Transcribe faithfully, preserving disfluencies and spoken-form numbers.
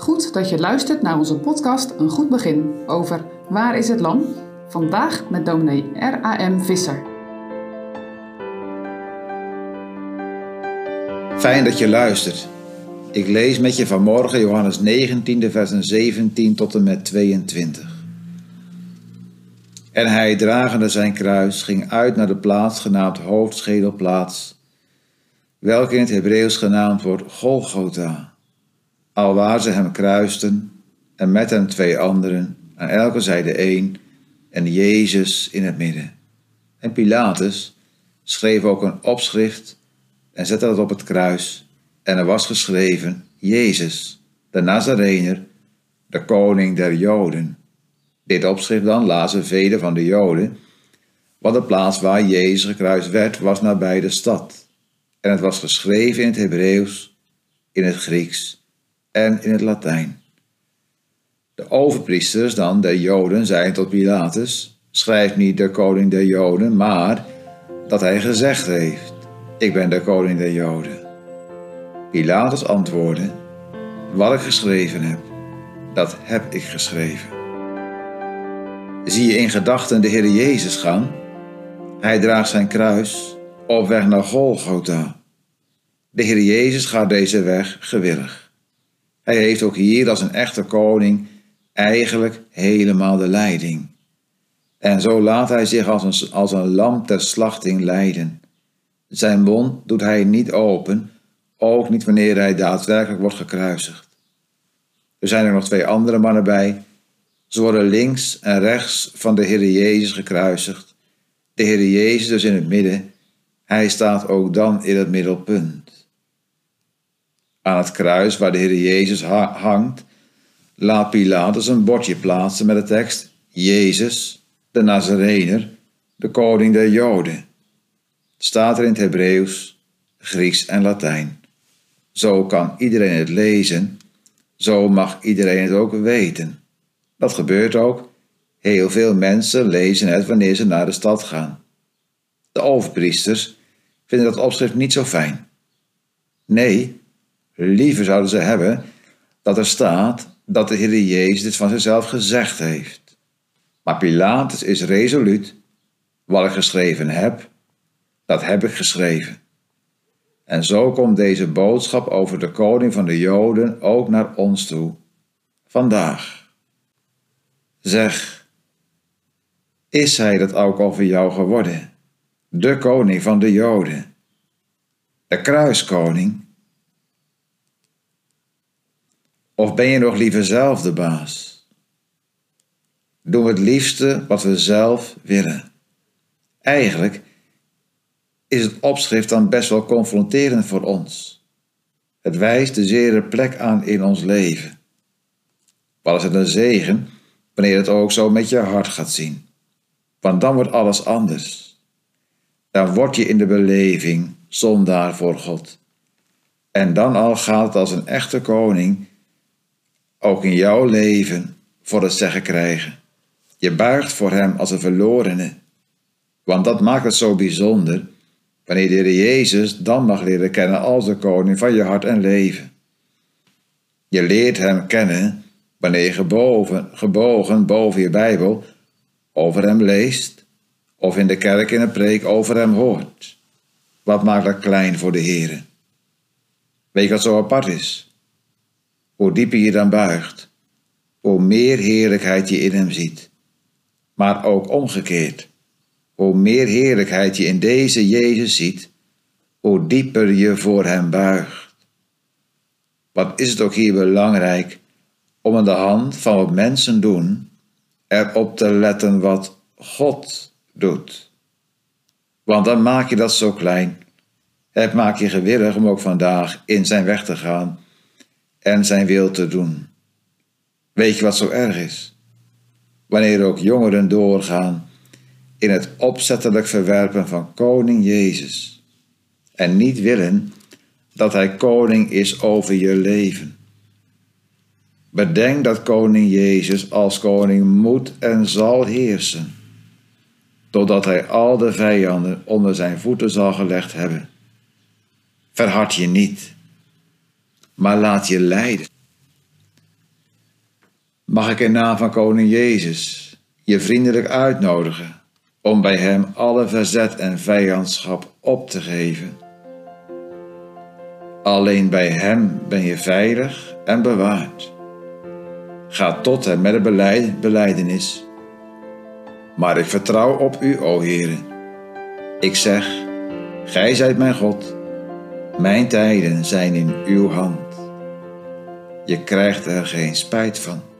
Goed dat je luistert naar onze podcast Een Goed Begin over Waar is het lam? Vandaag met dominee R A M Visser. Fijn dat je luistert. Ik lees met je vanmorgen Johannes negentien, de versen zeventien tot en met tweeëntwintig. En hij, dragende zijn kruis, ging uit naar de plaats genaamd Hoofdschedelplaats, welke in het Hebreeuws genaamd wordt Golgotha, alwaar ze hem kruisten en met hem twee anderen, aan elke zijde één, en Jezus in het midden. En Pilatus schreef ook een opschrift en zette dat op het kruis, en er was geschreven: Jezus, de Nazarener, de koning der Joden. Dit opschrift dan lazen velen van de Joden, want de plaats waar Jezus gekruist werd was nabij de stad. En het was geschreven in het Hebreeuws, in het Grieks en in het Latijn. De overpriesters dan der Joden zeiden tot Pilatus: schrijf niet de koning der Joden, maar dat hij gezegd heeft: ik ben de koning der Joden. Pilatus antwoordde: wat ik geschreven heb, dat heb ik geschreven. Zie je in gedachten de Heer Jezus gaan? Hij draagt zijn kruis op weg naar Golgotha. De Heer Jezus gaat deze weg gewillig. Hij heeft ook hier als een echte koning eigenlijk helemaal de leiding. En zo laat hij zich als een, als een lam ter slachting leiden. Zijn mond doet hij niet open, ook niet wanneer hij daadwerkelijk wordt gekruisigd. Er zijn er nog twee andere mannen bij. Ze worden links en rechts van de Heer Jezus gekruisigd. De Heer Jezus dus in het midden. Hij staat ook dan in het middelpunt. Aan het kruis waar de Heer Jezus ha- hangt, laat Pilatus een bordje plaatsen met de tekst: Jezus, de Nazarener, de koning der Joden. Het staat er in het Hebreeuws, Grieks en Latijn. Zo kan iedereen het lezen, zo mag iedereen het ook weten. Dat gebeurt ook. Heel veel mensen lezen het wanneer ze naar de stad gaan. De overpriesters vinden dat opschrift niet zo fijn. Nee, liever zouden ze hebben dat er staat dat de Heer Jezus dit van zichzelf gezegd heeft. Maar Pilatus is resoluut. Wat ik geschreven heb, dat heb ik geschreven. En zo komt deze boodschap over de koning van de Joden ook naar ons toe. Vandaag. Zeg, is hij dat ook over jou geworden? De koning van de Joden. De kruiskoning? Of ben je nog liever zelf de baas? Doen we het liefste wat we zelf willen. Eigenlijk is het opschrift dan best wel confronterend voor ons. Het wijst de zere plek aan in ons leven. Wat is het een zegen wanneer het ook zo met je hart gaat zien. Want dan wordt alles anders. Dan word je in de beleving zondaar voor God. En dan al gaat het als een echte koning ook in jouw leven voor het zeggen krijgen. Je buigt voor hem als een verlorene. Want dat maakt het zo bijzonder wanneer de Heer Jezus dan mag leren kennen als de koning van je hart en leven. Je leert hem kennen wanneer je gebogen, gebogen boven je Bijbel over hem leest of in de kerk in een preek over hem hoort. Wat maakt dat klein voor de Heer? Weet je wat zo apart is? Hoe dieper je dan buigt, hoe meer heerlijkheid je in hem ziet. Maar ook omgekeerd. Hoe meer heerlijkheid je in deze Jezus ziet, hoe dieper je voor hem buigt. Wat is het ook hier belangrijk om aan de hand van wat mensen doen, erop te letten wat God doet. Want dan maak je dat zo klein. Het maakt je gewillig om ook vandaag in zijn weg te gaan en zijn wil te doen. Weet je wat zo erg is? Wanneer ook jongeren doorgaan in het opzettelijk verwerpen van koning Jezus en niet willen dat hij koning is over je leven. Bedenk dat koning Jezus als koning moet en zal heersen, totdat hij al de vijanden onder zijn voeten zal gelegd hebben. Verhard je niet, maar laat je leiden. mag ik in naam van koning Jezus je vriendelijk uitnodigen om bij hem alle verzet en vijandschap op te geven. Alleen bij hem ben je veilig en bewaard. Ga tot hem met een beleid, belijdenis. Maar ik vertrouw op u, o Heere. Ik zeg, gij zijt mijn God. Mijn tijden zijn in uw hand. Je krijgt er geen spijt van.